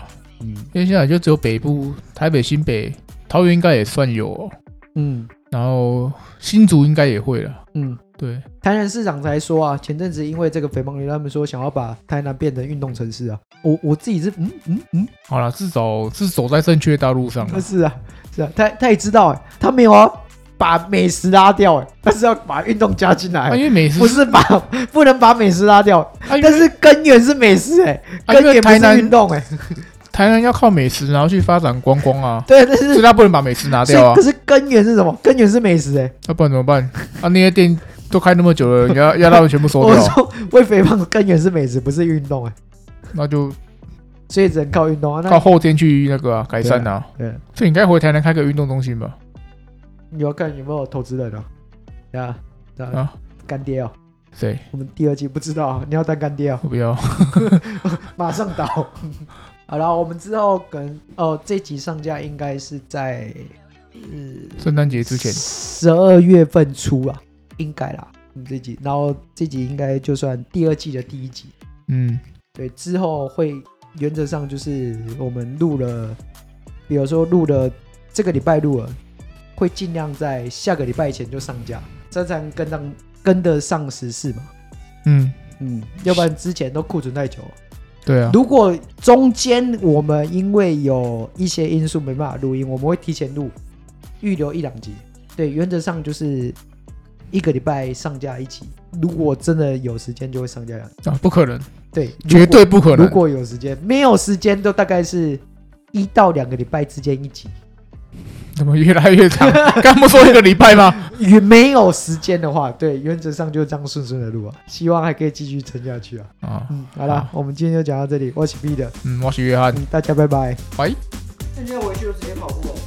嗯， 因为现在就只有北部，台北、新北、桃园应该也算有、哦， 嗯， 然后新竹应该也会了， 嗯， 对。 台南市长才说啊，前阵子因为这个肥胖率，他们说想要把台南变成运动城市啊。我我自己是嗯嗯嗯， 好了，至少是走在正确道路上了。 是啊是啊，他他也知道哎、欸，他没有要把美食拉掉哎、欸，但是要把运动加进来、欸啊，因为美食不是把不能把美食拉掉， 啊、 但是根源是美食哎、欸， 啊、 根源不是运动哎、欸。 台南要靠美食，然后去发展观光啊。 对，但是所以他不能把美食拿掉啊。 可是根源是什么？根源是美食哎、欸。 那、啊、不然怎么办？啊，那些店都开那么久了，你要要他们全部收掉。 我说为肥胖根源是美食，不是运动哎、欸。 那就所以只能靠运动啊， 靠后天去那个、啊、改善啊。 对，对所以你该回台南开个运动中心吧。 你要看有没有投资人啊？呀， 啊， 干爹哦。 谁？ 我们第二季不知道啊，你要当干爹哦。 我不要， 马上倒。好了，我们之后可能哦，这集上架应该是在圣诞节之前， 十二月份初啊，应该啦。嗯，这集，然后这集应该就算第二季的第一集。 嗯， 对，之后会原则上就是我们录了，比如说录了这个礼拜录了，会尽量在下个礼拜前就上架，这才能跟上跟得上时事嘛。 嗯嗯，要不然之前都库存太久了。 对啊。 如果中间我们因为有一些因素没办法录音，我们会提前录，预留一两集。对，原则上就是一个礼拜上架一集。如果真的有时间，就会上架两集。 啊，不可能， 对， 绝对不可能。 如果有时间，没有时间都大概是一到两个礼拜之间一集。 怎么越来越长？刚不说一个礼拜吗？ 没有时间的话，对，原则上就这样顺顺的录啊。希望还可以继续撑下去啊。 啊， 嗯，好了，我们今天就讲到这里。我是 B 的， 嗯，我是约翰， 嗯，大家拜拜。 拜。 那今天回去就直接跑步了。